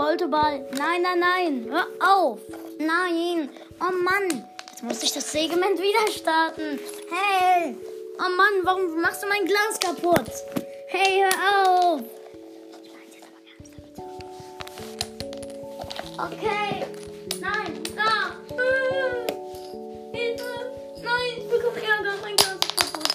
Volteball. Nein, nein, nein. Hör auf. Nein. Oh Mann. Jetzt muss ich das Segment wieder starten. Hey. Oh Mann, warum machst du mein Glas kaputt? Hey, hör auf. Ich mein's jetzt aber ernst damit. Okay. Nein, da. Hilfe. Nein, ich bekomme Ärger. Mein Glas ist kaputt.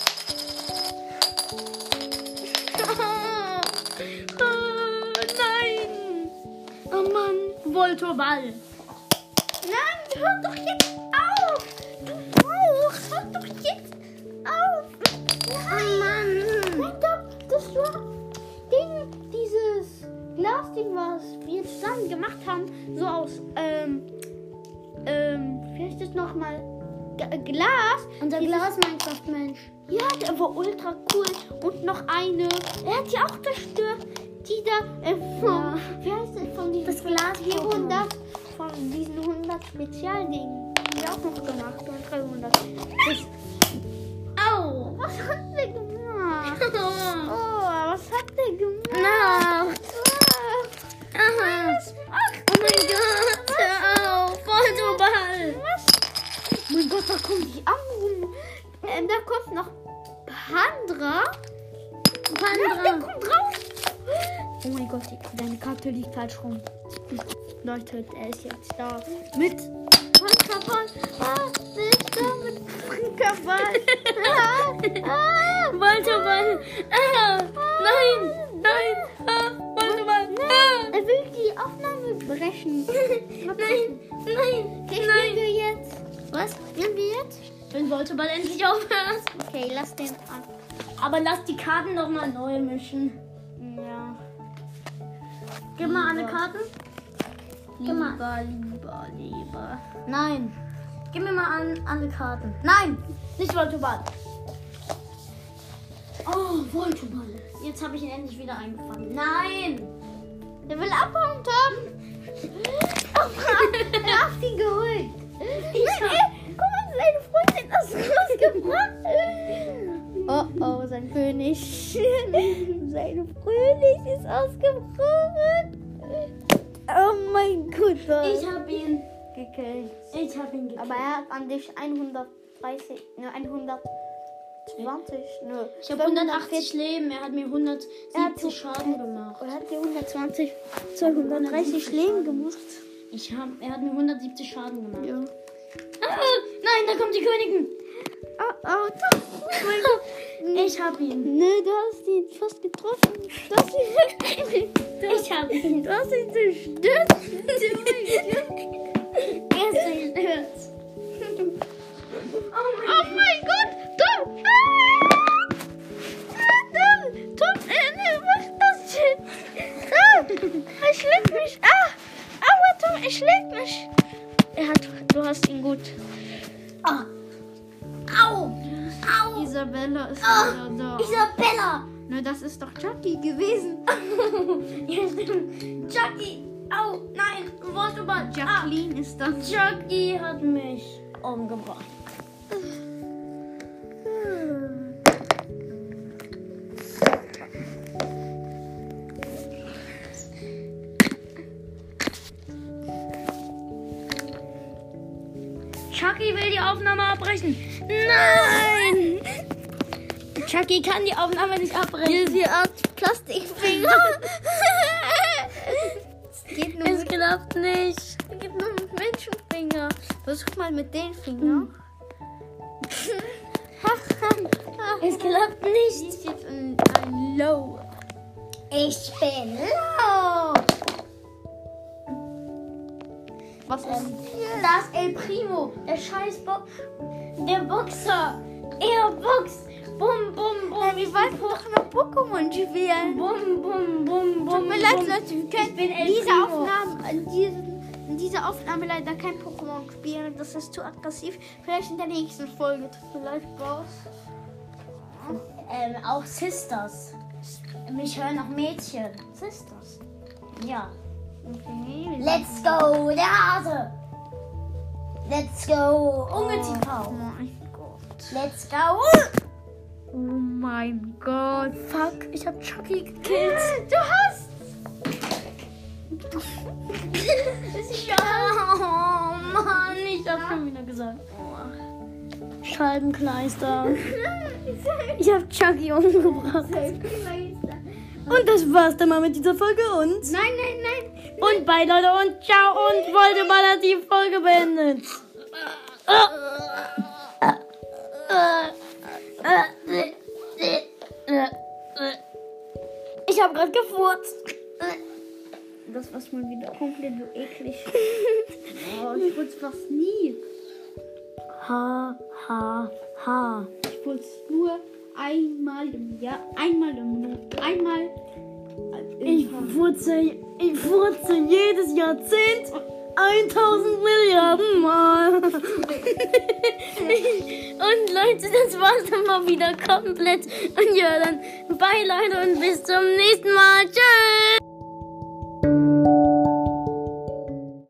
Nein. Oh Mann. Volteball. Nein, hör doch jetzt auf. Du auch. Hör doch jetzt auf. Oh Mann. Das war dieses Glasding, was wir zusammen gemacht haben, so aus, wie heißt das nochmal? Glas. Unser Glas-Minecraft-Mensch. Ja, der war ultra cool. Und noch eine. Er hat die auch zerstört. Die da, wie heißt das? Von diesem das Glas 400. Von diesen 100 Spezialdingen. Die auch noch gemacht. Und 300. Au! Was hat der gemacht? Oh, was hat der gemacht? Oh mein Gott! Hör auf! Volteball! Was? Oh mein Gott, da kommt die anderen. Da kommt noch Pandra. Ja, der kommt raus. Oh mein Gott, deine Karte liegt falsch rum. Leute, er ist jetzt da. Mit Pankerball. Was ist da mit Pankerball? Volteball. Nein. Volteball. Er will die Aufnahme brechen. Nein. Okay, spielen wir jetzt. Was? Spielen wir jetzt? Wenn Volteball endlich aufhört. Okay, lass den an. Aber lass die Karten noch mal neu mischen. Ja. Gib mal alle Karten. Lieber. Nein. Gib mir mal alle Karten. Nein, nicht Volteball. Oh, Volteball. Jetzt habe ich ihn endlich wieder eingefangen. Nein. Der will abhauen, Tom. Er hat ihn geholt. Guck mal, seine Freundin hat das rausgebracht. Oh, sein König. Seine König ist ausgebrochen. Oh mein Gott. Ich habe ihn gekillt. Aber er hat an dich 120. Ich habe 180 Leben. Er hat mir 170 Schaden gemacht. Er hat dir 230 Leben gemacht. Er hat mir 170 Schaden gemacht. Ja. Nein, da kommt die Königin. Oh mein Gott. Ich hab ihn. Nee, du hast ihn fast getroffen. Du hast ihn ich hab ihn. Du hast ihn zerstört. Er ist zerstört. Oh mein Gott. Tom. Tom, was ist das denn? Er schlägt mich. Aua, Tom, er schlägt mich. Du hast ihn gut. Au! Isabella ist wieder da. Isabella! Ne, das ist doch Chucky gewesen. Ja, stimmt. Chucky! Au! Nein! Volteball! Jacqueline ist da. Chucky hat mich umgebracht. Chucky will die Aufnahme abbrechen. Nein! Chucky kann die Aufnahme nicht abbrechen. Sie hat Plastikfinger. Es klappt nicht. Es geht nur mit Menschenfinger. Versuch mal mit den Fingern. Es klappt nicht. Sie ist jetzt ein Low. Ich bin Low. Was ist das? El Primo, der der Boxer. Er boxt. Bum, bum, bum. Wir wollten doch noch Pokémon spielen. Bum, bum, bum, bum. Tut mir leid, Leute, wir können in dieser Aufnahme leider kein Pokémon spielen. Das ist zu aggressiv. Vielleicht in der nächsten Folge. Tut mir leid, Boss. Auch Sisters. Mich hören noch Mädchen. Sisters. Ja. Okay. Let's go, der Hase. Let's go, Ungeziefer. Oh mein Gott. Let's go. Oh mein Gott. Fuck, ich hab Chucky gekillt. Du hast. Ja, oh Mann, ich hab schon wieder gesagt. Scheibenkleister. Ich hab Chucky umgebracht. Und das war's dann mal mit dieser Folge und. Nein. Und bye, Leute, und ciao. Und Voldemort hat die Folge beendet. Ich habe gerade gefurzt. Das war's mal wieder komplett so eklig. Oh, ich furz fast nie. Ha. Ich furz nur einmal im Jahr. Ich furze jedes Jahrzehnt 1000 Milliarden Mal. Und Leute, das war's dann mal wieder komplett. Und ja, dann bye Leute und bis zum nächsten Mal. Tschüss.